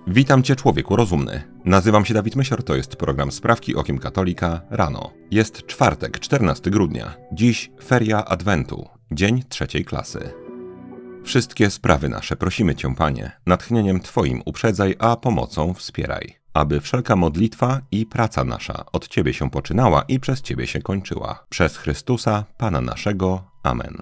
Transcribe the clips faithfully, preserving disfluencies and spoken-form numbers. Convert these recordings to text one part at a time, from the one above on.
Witam Cię, człowieku rozumny. Nazywam się Dawid Mysior, to jest program Sprawki Okiem Katolika rano. Jest czwartek, czternastego grudnia. Dziś feria Adwentu, dzień trzeciej klasy. Wszystkie sprawy nasze prosimy Cię, Panie, natchnieniem Twoim uprzedzaj, a pomocą wspieraj. Aby wszelka modlitwa i praca nasza od Ciebie się poczynała i przez Ciebie się kończyła. Przez Chrystusa, Pana naszego. Amen.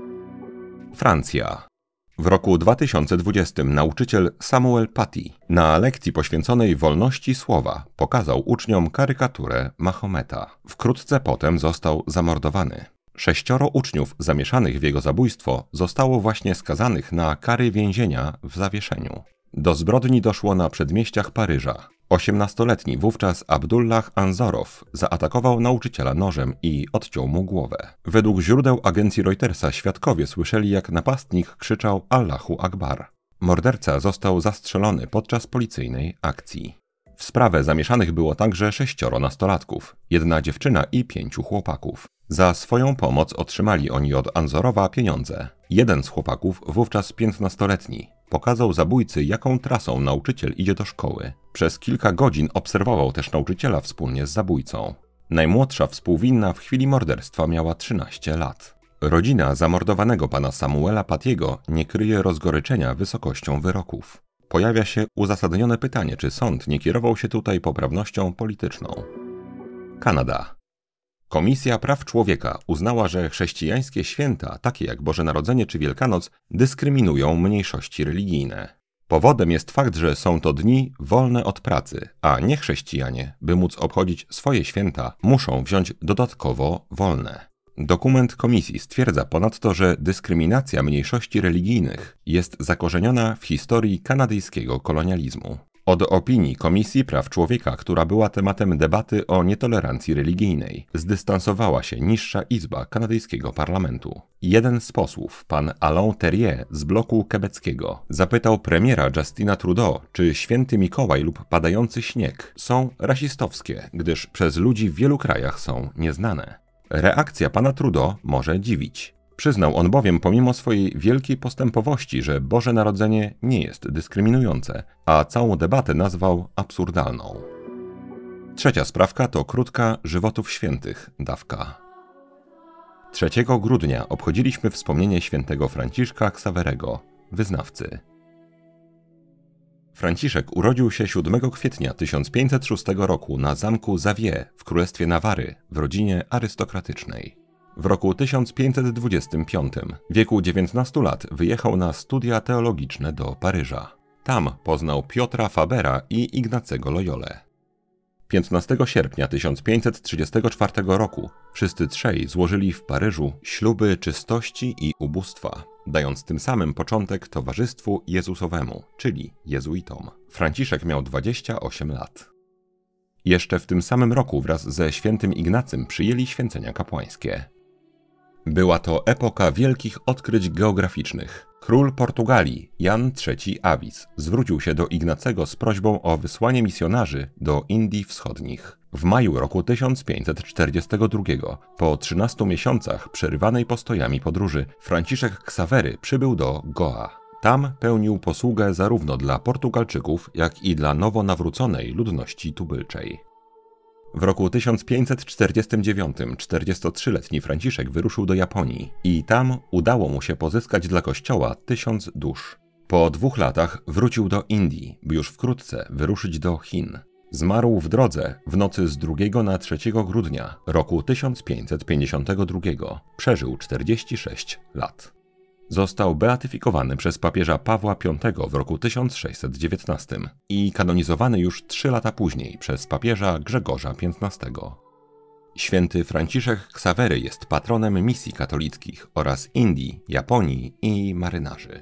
Francja. W roku dwa tysiące dwudziestym nauczyciel Samuel Paty na lekcji poświęconej wolności słowa pokazał uczniom karykaturę Mahometa. Wkrótce potem został zamordowany. Sześcioro uczniów zamieszanych w jego zabójstwo zostało właśnie skazanych na kary więzienia w zawieszeniu. Do zbrodni doszło na przedmieściach Paryża. Osiemnastoletni wówczas Abdullah Anzorow zaatakował nauczyciela nożem i odciął mu głowę. Według źródeł agencji Reutersa świadkowie słyszeli, jak napastnik krzyczał Allahu Akbar. Morderca został zastrzelony podczas policyjnej akcji. W sprawę zamieszanych było także sześcioro nastolatków, jedna dziewczyna i pięciu chłopaków. Za swoją pomoc otrzymali oni od Anzorowa pieniądze. Jeden z chłopaków, wówczas piętnastoletni, pokazał zabójcy, jaką trasą nauczyciel idzie do szkoły. Przez kilka godzin obserwował też nauczyciela wspólnie z zabójcą. Najmłodsza współwinna w chwili morderstwa miała trzynaście lat. Rodzina zamordowanego pana Samuela Paty'ego nie kryje rozgoryczenia wysokością wyroków. Pojawia się uzasadnione pytanie, czy sąd nie kierował się tutaj poprawnością polityczną. Kanada. Komisja Praw Człowieka uznała, że chrześcijańskie święta, takie jak Boże Narodzenie czy Wielkanoc, dyskryminują mniejszości religijne. Powodem jest fakt, że są to dni wolne od pracy, a niechrześcijanie, by móc obchodzić swoje święta, muszą wziąć dodatkowo wolne. Dokument komisji stwierdza ponadto, że dyskryminacja mniejszości religijnych jest zakorzeniona w historii kanadyjskiego kolonializmu. Od opinii Komisji Praw Człowieka, która była tematem debaty o nietolerancji religijnej, zdystansowała się niższa izba kanadyjskiego parlamentu. Jeden z posłów, pan Alain Terrier z bloku quebeckiego, zapytał premiera Justina Trudeau, czy święty Mikołaj lub padający śnieg są rasistowskie, gdyż przez ludzi w wielu krajach są nieznane. Reakcja pana Trudeau może dziwić. Przyznał on bowiem pomimo swojej wielkiej postępowości, że Boże Narodzenie nie jest dyskryminujące, a całą debatę nazwał absurdalną. Trzecia sprawka to krótka żywotów świętych dawka. trzeciego grudnia obchodziliśmy wspomnienie świętego Franciszka Xaverego, wyznawcy. Franciszek urodził się siódmego kwietnia tysiąc pięćset szóstego roku na zamku Xavier w Królestwie Nawary w rodzinie arystokratycznej. W roku tysiąc pięćset dwudziestym piątym, w wieku dziewiętnastu lat, wyjechał na studia teologiczne do Paryża. Tam poznał Piotra Fabera i Ignacego Loyolę. piętnastego sierpnia tysiąc pięćset trzydziestego czwartego roku wszyscy trzej złożyli w Paryżu śluby czystości i ubóstwa, dając tym samym początek Towarzystwu Jezusowemu, czyli jezuitom. Franciszek miał dwadzieścia osiem lat. Jeszcze w tym samym roku wraz ze świętym Ignacym przyjęli święcenia kapłańskie. Była to epoka wielkich odkryć geograficznych. Król Portugalii, Jan trzeci Awis, zwrócił się do Ignacego z prośbą o wysłanie misjonarzy do Indii Wschodnich. W maju roku tysiąc pięćset czterdziestego drugiego, po trzynastu miesiącach przerywanej postojami podróży, Franciszek Ksawery przybył do Goa. Tam pełnił posługę zarówno dla Portugalczyków, jak i dla nowo nawróconej ludności tubylczej. W roku tysiąc pięćset czterdziestym dziewiątym czterdziestotrzyletni Franciszek wyruszył do Japonii i tam udało mu się pozyskać dla kościoła tysiąc dusz. Po dwóch latach wrócił do Indii, by już wkrótce wyruszyć do Chin. Zmarł w drodze w nocy z drugiego na trzeciego grudnia roku tysiąc pięćset pięćdziesiątego drugiego. Przeżył czterdzieści sześć lat. Został beatyfikowany przez papieża Pawła Piątego w roku tysiąc sześćset dziewiętnastym i kanonizowany już trzy lata później przez papieża Grzegorza piętnastego. Święty Franciszek Ksawery jest patronem misji katolickich oraz Indii, Japonii i marynarzy.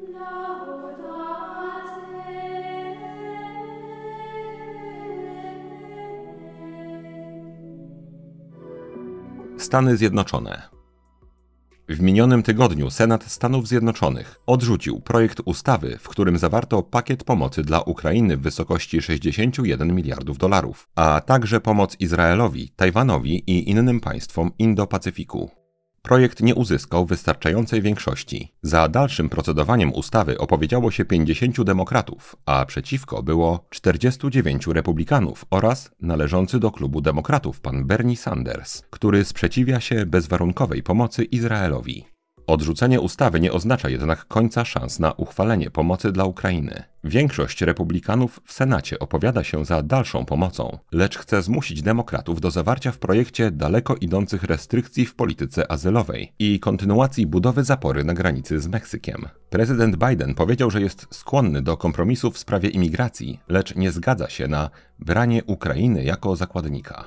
Stany Zjednoczone. W minionym tygodniu Senat Stanów Zjednoczonych odrzucił projekt ustawy, w którym zawarto pakiet pomocy dla Ukrainy w wysokości sześćdziesiąt jeden miliardów dolarów, a także pomoc Izraelowi, Tajwanowi i innym państwom Indo-Pacyfiku. Projekt nie uzyskał wystarczającej większości. Za dalszym procedowaniem ustawy opowiedziało się pięćdziesięciu demokratów, a przeciwko było czterdziestu dziewięciu republikanów oraz należący do klubu demokratów pan Bernie Sanders, który sprzeciwia się bezwarunkowej pomocy Izraelowi. Odrzucenie ustawy nie oznacza jednak końca szans na uchwalenie pomocy dla Ukrainy. Większość republikanów w Senacie opowiada się za dalszą pomocą, lecz chce zmusić demokratów do zawarcia w projekcie daleko idących restrykcji w polityce azylowej i kontynuacji budowy zapory na granicy z Meksykiem. Prezydent Biden powiedział, że jest skłonny do kompromisu w sprawie imigracji, lecz nie zgadza się na branie Ukrainy jako zakładnika.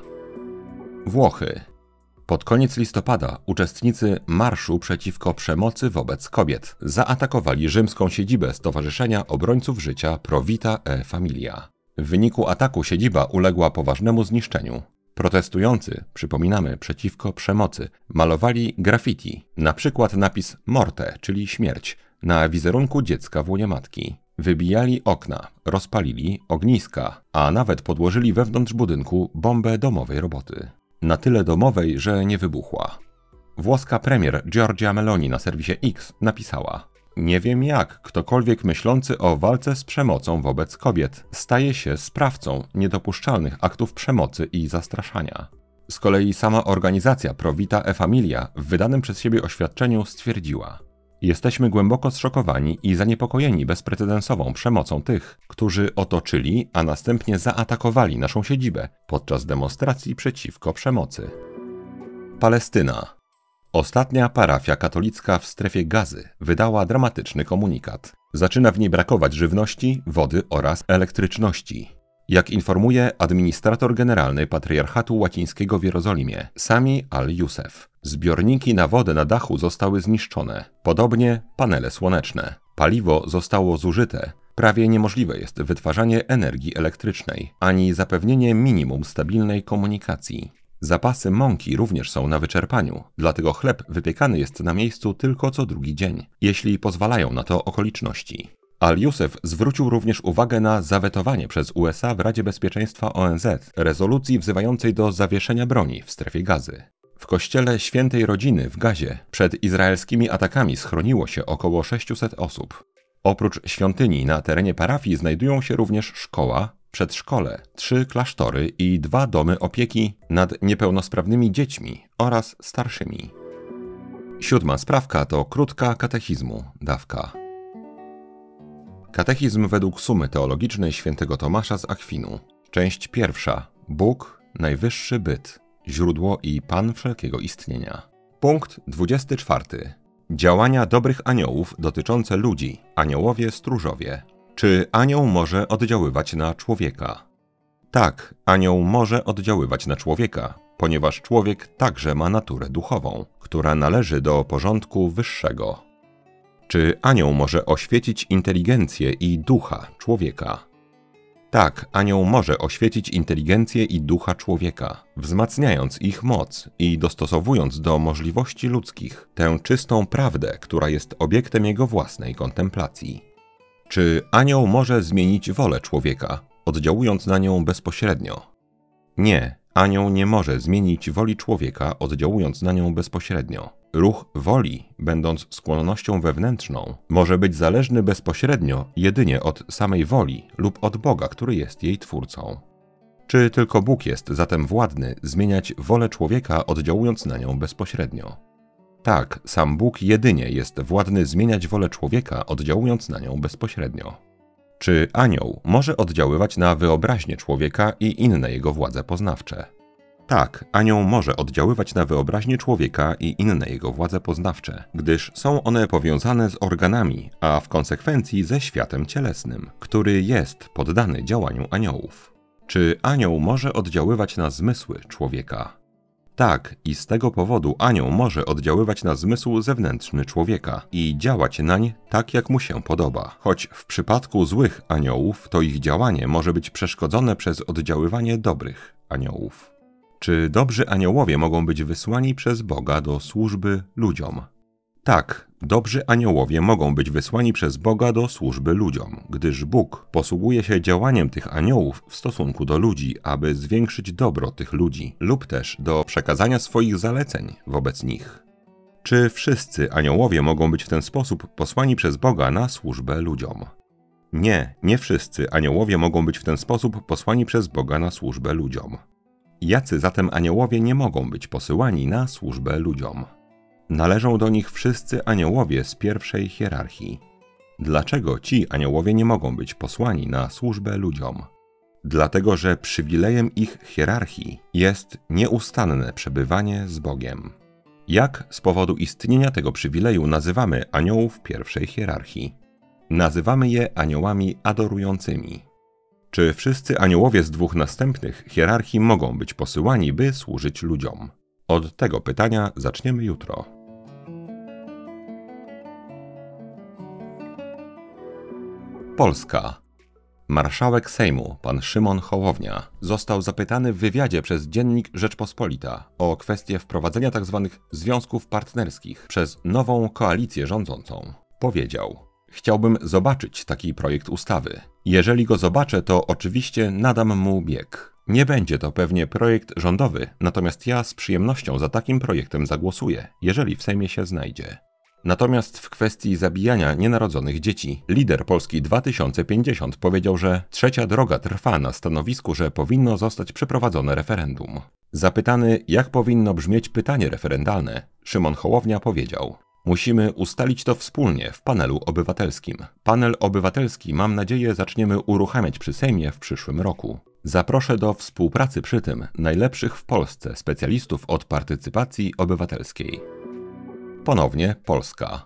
Włochy. Pod koniec listopada uczestnicy marszu przeciwko przemocy wobec kobiet zaatakowali rzymską siedzibę Stowarzyszenia Obrońców Życia Pro Vita e Familia. W wyniku ataku siedziba uległa poważnemu zniszczeniu. Protestujący, przypominamy, przeciwko przemocy, malowali graffiti, na przykład napis Morte, czyli śmierć, na wizerunku dziecka w łonie matki. Wybijali okna, rozpalili ogniska, a nawet podłożyli wewnątrz budynku bombę domowej roboty. Na tyle domowej, że nie wybuchła. Włoska premier Giorgia Meloni na serwisie X napisała: nie wiem jak ktokolwiek myślący o walce z przemocą wobec kobiet staje się sprawcą niedopuszczalnych aktów przemocy i zastraszania. Z kolei sama organizacja Pro Vita e Familia w wydanym przez siebie oświadczeniu stwierdziła: jesteśmy głęboko zszokowani i zaniepokojeni bezprecedensową przemocą tych, którzy otoczyli, a następnie zaatakowali naszą siedzibę podczas demonstracji przeciwko przemocy. Palestyna. Ostatnia parafia katolicka w strefie Gazy wydała dramatyczny komunikat. Zaczyna w niej brakować żywności, wody oraz elektryczności. Jak informuje administrator generalny Patriarchatu Łacińskiego w Jerozolimie, Sami al-Youssef, zbiorniki na wodę na dachu zostały zniszczone, podobnie panele słoneczne. Paliwo zostało zużyte. Prawie niemożliwe jest wytwarzanie energii elektrycznej, ani zapewnienie minimum stabilnej komunikacji. Zapasy mąki również są na wyczerpaniu, dlatego chleb wypiekany jest na miejscu tylko co drugi dzień, jeśli pozwalają na to okoliczności. Al-Youssef zwrócił również uwagę na zawetowanie przez U S A w Radzie Bezpieczeństwa O N Z rezolucji wzywającej do zawieszenia broni w strefie Gazy. W kościele Świętej Rodziny w Gazie przed izraelskimi atakami schroniło się około sześciuset osób. Oprócz świątyni na terenie parafii znajdują się również szkoła, przedszkole, trzy klasztory i dwa domy opieki nad niepełnosprawnymi dziećmi oraz starszymi. Siódma sprawka to krótka katechizmu, dawka. Katechizm według sumy teologicznej świętego Tomasza z Akwinu. Część pierwsza. Bóg, najwyższy byt, źródło i Pan wszelkiego istnienia. Punkt dwudziesty czwarty. Działania dobrych aniołów dotyczące ludzi, aniołowie stróżowie. Czy anioł może oddziaływać na człowieka? Tak, anioł może oddziaływać na człowieka, ponieważ człowiek także ma naturę duchową, która należy do porządku wyższego. Czy anioł może oświecić inteligencję i ducha człowieka? Tak, anioł może oświecić inteligencję i ducha człowieka, wzmacniając ich moc i dostosowując do możliwości ludzkich tę czystą prawdę, która jest obiektem jego własnej kontemplacji. Czy anioł może zmienić wolę człowieka, oddziałując na nią bezpośrednio? Nie, anioł nie może zmienić woli człowieka, oddziałując na nią bezpośrednio. Ruch woli, będąc skłonnością wewnętrzną, może być zależny bezpośrednio jedynie od samej woli lub od Boga, który jest jej twórcą. Czy tylko Bóg jest zatem władny zmieniać wolę człowieka, oddziałując na nią bezpośrednio? Tak, sam Bóg jedynie jest władny zmieniać wolę człowieka, oddziałując na nią bezpośrednio. Czy anioł może oddziaływać na wyobraźnię człowieka i inne jego władze poznawcze? Tak, anioł może oddziaływać na wyobraźnię człowieka i inne jego władze poznawcze, gdyż są one powiązane z organami, a w konsekwencji ze światem cielesnym, który jest poddany działaniu aniołów. Czy anioł może oddziaływać na zmysły człowieka? Tak, i z tego powodu anioł może oddziaływać na zmysł zewnętrzny człowieka i działać nań tak, jak mu się podoba, choć w przypadku złych aniołów to ich działanie może być przeszkodzone przez oddziaływanie dobrych aniołów. Czy dobrzy aniołowie mogą być wysłani przez Boga do służby ludziom? Tak, dobrzy aniołowie mogą być wysłani przez Boga do służby ludziom, gdyż Bóg posługuje się działaniem tych aniołów w stosunku do ludzi, aby zwiększyć dobro tych ludzi lub też do przekazania swoich zaleceń wobec nich. Czy wszyscy aniołowie mogą być w ten sposób posłani przez Boga na służbę ludziom? Nie, nie wszyscy aniołowie mogą być w ten sposób posłani przez Boga na służbę ludziom. Jacy zatem aniołowie nie mogą być posyłani na służbę ludziom? Należą do nich wszyscy aniołowie z pierwszej hierarchii. Dlaczego ci aniołowie nie mogą być posłani na służbę ludziom? Dlatego, że przywilejem ich hierarchii jest nieustanne przebywanie z Bogiem. Jak z powodu istnienia tego przywileju nazywamy aniołów pierwszej hierarchii? Nazywamy je aniołami adorującymi. Czy wszyscy aniołowie z dwóch następnych hierarchii mogą być posyłani, by służyć ludziom? Od tego pytania zaczniemy jutro. Polska. Marszałek Sejmu, pan Szymon Hołownia, został zapytany w wywiadzie przez dziennik Rzeczpospolita o kwestię wprowadzenia tzw. związków partnerskich przez nową koalicję rządzącą. Powiedział: chciałbym zobaczyć taki projekt ustawy. Jeżeli go zobaczę, to oczywiście nadam mu bieg. Nie będzie to pewnie projekt rządowy, natomiast ja z przyjemnością za takim projektem zagłosuję, jeżeli w Sejmie się znajdzie. Natomiast w kwestii zabijania nienarodzonych dzieci, lider Polski dwa tysiące pięćdziesiąt powiedział, że trzecia droga trwa na stanowisku, że powinno zostać przeprowadzone referendum. Zapytany, jak powinno brzmieć pytanie referendalne, Szymon Hołownia powiedział: musimy ustalić to wspólnie w panelu obywatelskim. Panel obywatelski, mam nadzieję, zaczniemy uruchamiać przy Sejmie w przyszłym roku. Zaproszę do współpracy przy tym najlepszych w Polsce specjalistów od partycypacji obywatelskiej. Ponownie Polska.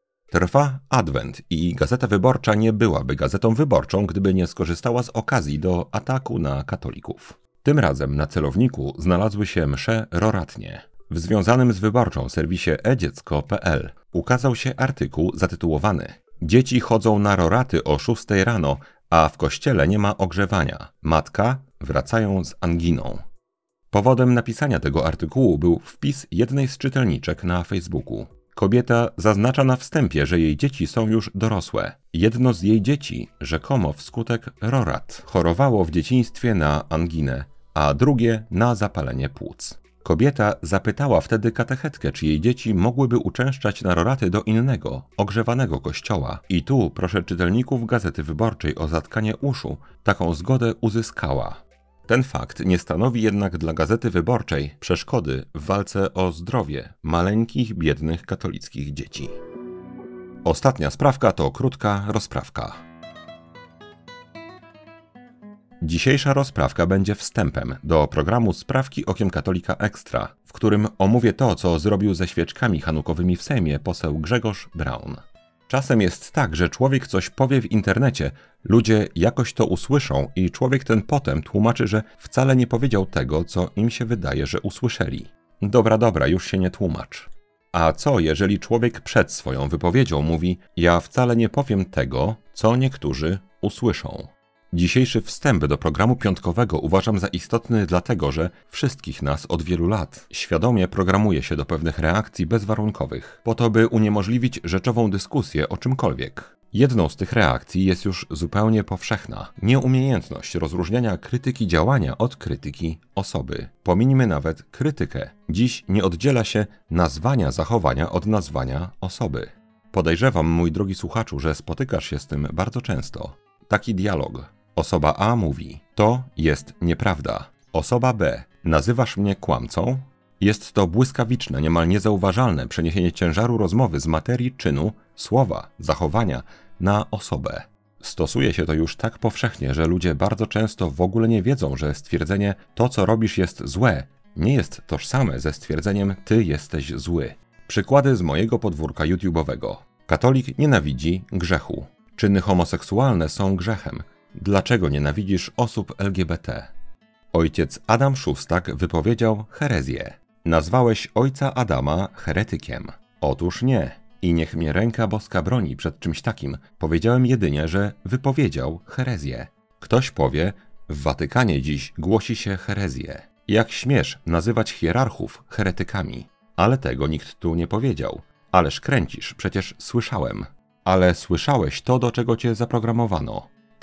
Trwa adwent i Gazeta Wyborcza nie byłaby gazetą wyborczą, gdyby nie skorzystała z okazji do ataku na katolików. Tym razem na celowniku znalazły się msze roratnie. W związanym z Wyborczą serwisie e dziecko kropka pe el ukazał się artykuł zatytułowany „Dzieci chodzą na roraty o szóstej rano, a w kościele nie ma ogrzewania. Matka wracają z anginą”. Powodem napisania tego artykułu był wpis jednej z czytelniczek na Facebooku. Kobieta zaznacza na wstępie, że jej dzieci są już dorosłe. Jedno z jej dzieci, rzekomo wskutek rorat, chorowało w dzieciństwie na anginę, a drugie na zapalenie płuc. Kobieta zapytała wtedy katechetkę, czy jej dzieci mogłyby uczęszczać na roraty do innego, ogrzewanego kościoła. I tu proszę czytelników Gazety Wyborczej o zatkanie uszu, taką zgodę uzyskała. Ten fakt nie stanowi jednak dla Gazety Wyborczej przeszkody w walce o zdrowie maleńkich, biednych katolickich dzieci. Ostatnia sprawka to krótka rozprawka. Dzisiejsza rozprawka będzie wstępem do programu Sprawki Okiem Katolika Ekstra, w którym omówię to, co zrobił ze świeczkami hanukowymi w Sejmie poseł Grzegorz Braun. Czasem jest tak, że człowiek coś powie w internecie, ludzie jakoś to usłyszą i człowiek ten potem tłumaczy, że wcale nie powiedział tego, co im się wydaje, że usłyszeli. Dobra, dobra, już się nie tłumacz. A co, jeżeli człowiek przed swoją wypowiedzią mówi: ja wcale nie powiem tego, co niektórzy usłyszą? Dzisiejszy wstęp do programu piątkowego uważam za istotny dlatego, że wszystkich nas od wielu lat świadomie programuje się do pewnych reakcji bezwarunkowych, po to, by uniemożliwić rzeczową dyskusję o czymkolwiek. Jedną z tych reakcji jest już zupełnie powszechna – nieumiejętność rozróżniania krytyki działania od krytyki osoby. Pomińmy nawet krytykę. Dziś nie oddziela się nazwania zachowania od nazwania osoby. Podejrzewam, mój drogi słuchaczu, że spotykasz się z tym bardzo często. Taki dialog. Osoba A mówi: to jest nieprawda. Osoba B: nazywasz mnie kłamcą? Jest to błyskawiczne, niemal niezauważalne przeniesienie ciężaru rozmowy z materii czynu, słowa, zachowania na osobę. Stosuje się to już tak powszechnie, że ludzie bardzo często w ogóle nie wiedzą, że stwierdzenie „to, co robisz, jest złe” nie jest tożsame ze stwierdzeniem „ty jesteś zły”. Przykłady z mojego podwórka YouTube'owego. Katolik nienawidzi grzechu. Czyny homoseksualne są grzechem. Dlaczego nienawidzisz osób L G B T? Ojciec Adam Szustak wypowiedział herezję. Nazwałeś ojca Adama heretykiem. Otóż nie. I niech mnie ręka boska broni przed czymś takim. Powiedziałem jedynie, że wypowiedział herezję. Ktoś powie: w Watykanie dziś głosi się herezję. Jak śmiesz nazywać hierarchów heretykami? Ale tego nikt tu nie powiedział. Ależ kręcisz, przecież słyszałem. Ale słyszałeś to, do czego cię zaprogramowano.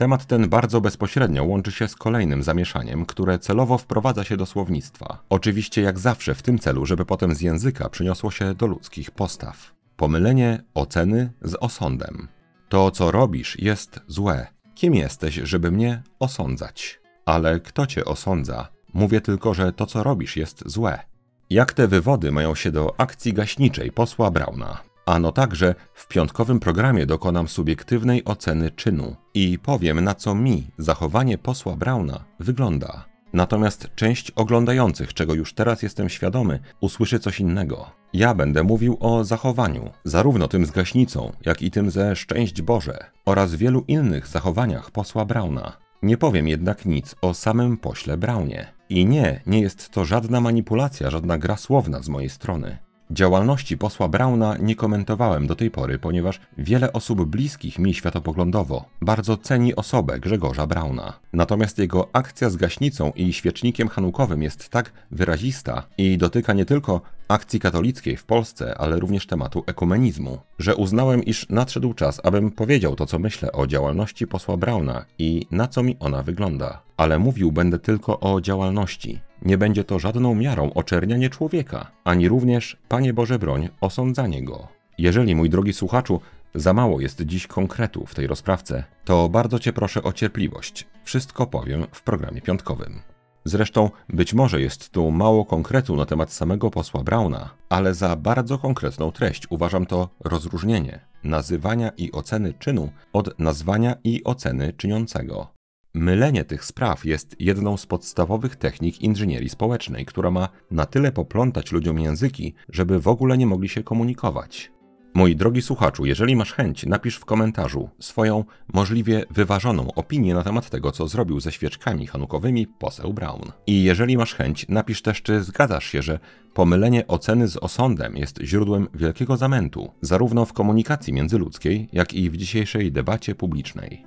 Temat ten bardzo bezpośrednio łączy się z kolejnym zamieszaniem, które celowo wprowadza się do słownictwa. Oczywiście jak zawsze w tym celu, żeby potem z języka przeniosło się do ludzkich postaw. Pomylenie oceny z osądem. To, co robisz, jest złe. Kim jesteś, żeby mnie osądzać? Ale kto cię osądza? Mówię tylko, że to, co robisz, jest złe. Jak te wywody mają się do akcji gaśniczej posła Brauna? Ano tak, że w piątkowym programie dokonam subiektywnej oceny czynu i powiem, na co mi zachowanie posła Brauna wygląda. Natomiast część oglądających, czego już teraz jestem świadomy, usłyszy coś innego. Ja będę mówił o zachowaniu, zarówno tym z gaśnicą, jak i tym ze Szczęść Boże oraz wielu innych zachowaniach posła Brauna. Nie powiem jednak nic o samym pośle Braunie. I nie, nie jest to żadna manipulacja, żadna gra słowna z mojej strony. Działalności posła Brauna nie komentowałem do tej pory, ponieważ wiele osób bliskich mi światopoglądowo bardzo ceni osobę Grzegorza Brauna. Natomiast jego akcja z gaśnicą i świecznikiem chanukowym jest tak wyrazista i dotyka nie tylko akcji katolickiej w Polsce, ale również tematu ekumenizmu, że uznałem, iż nadszedł czas, abym powiedział to, co myślę o działalności posła Brauna i na co mi ona wygląda. Ale mówił będę tylko o działalności. Nie będzie to żadną miarą oczernianie człowieka, ani również, Panie Boże broń, osądzanie go. Jeżeli, mój drogi słuchaczu, za mało jest dziś konkretu w tej rozprawce, to bardzo Cię proszę o cierpliwość. Wszystko powiem w programie piątkowym. Zresztą być może jest tu mało konkretu na temat samego posła Brauna, ale za bardzo konkretną treść uważam to rozróżnienie nazywania i oceny czynu od nazwania i oceny czyniącego. Mylenie tych spraw jest jedną z podstawowych technik inżynierii społecznej, która ma na tyle poplątać ludziom języki, żeby w ogóle nie mogli się komunikować. Mój drogi słuchaczu, jeżeli masz chęć, napisz w komentarzu swoją możliwie wyważoną opinię na temat tego, co zrobił ze świeczkami chanukowymi poseł Braun. I jeżeli masz chęć, napisz też, czy zgadzasz się, że pomylenie oceny z osądem jest źródłem wielkiego zamętu, zarówno w komunikacji międzyludzkiej, jak i w dzisiejszej debacie publicznej.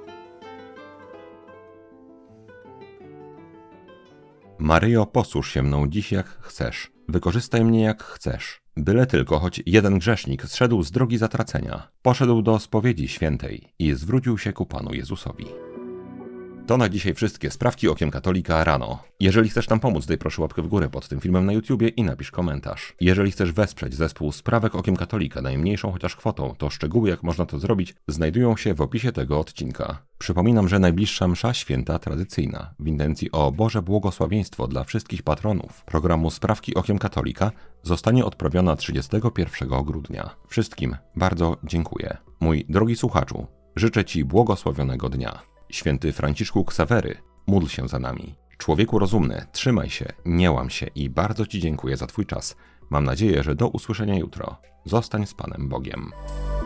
Maryjo, posłuż się mną dziś jak chcesz, wykorzystaj mnie jak chcesz. Byle tylko choć jeden grzesznik zszedł z drogi zatracenia, poszedł do spowiedzi świętej i zwrócił się ku Panu Jezusowi. To na dzisiaj wszystkie sprawki Okiem Katolika rano. Jeżeli chcesz nam pomóc, daj proszę łapkę w górę pod tym filmem na YouTubie i napisz komentarz. Jeżeli chcesz wesprzeć zespół Sprawek Okiem Katolika najmniejszą chociaż kwotą, to szczegóły jak można to zrobić znajdują się w opisie tego odcinka. Przypominam, że najbliższa msza święta tradycyjna w intencji o Boże błogosławieństwo dla wszystkich patronów programu Sprawki Okiem Katolika zostanie odprawiona trzydziestego pierwszego grudnia. Wszystkim bardzo dziękuję. Mój drogi słuchaczu, życzę Ci błogosławionego dnia. Święty Franciszku Ksawery, módl się za nami. Człowieku rozumny, trzymaj się, nie łam się i bardzo Ci dziękuję za Twój czas. Mam nadzieję, że do usłyszenia jutro. Zostań z Panem Bogiem.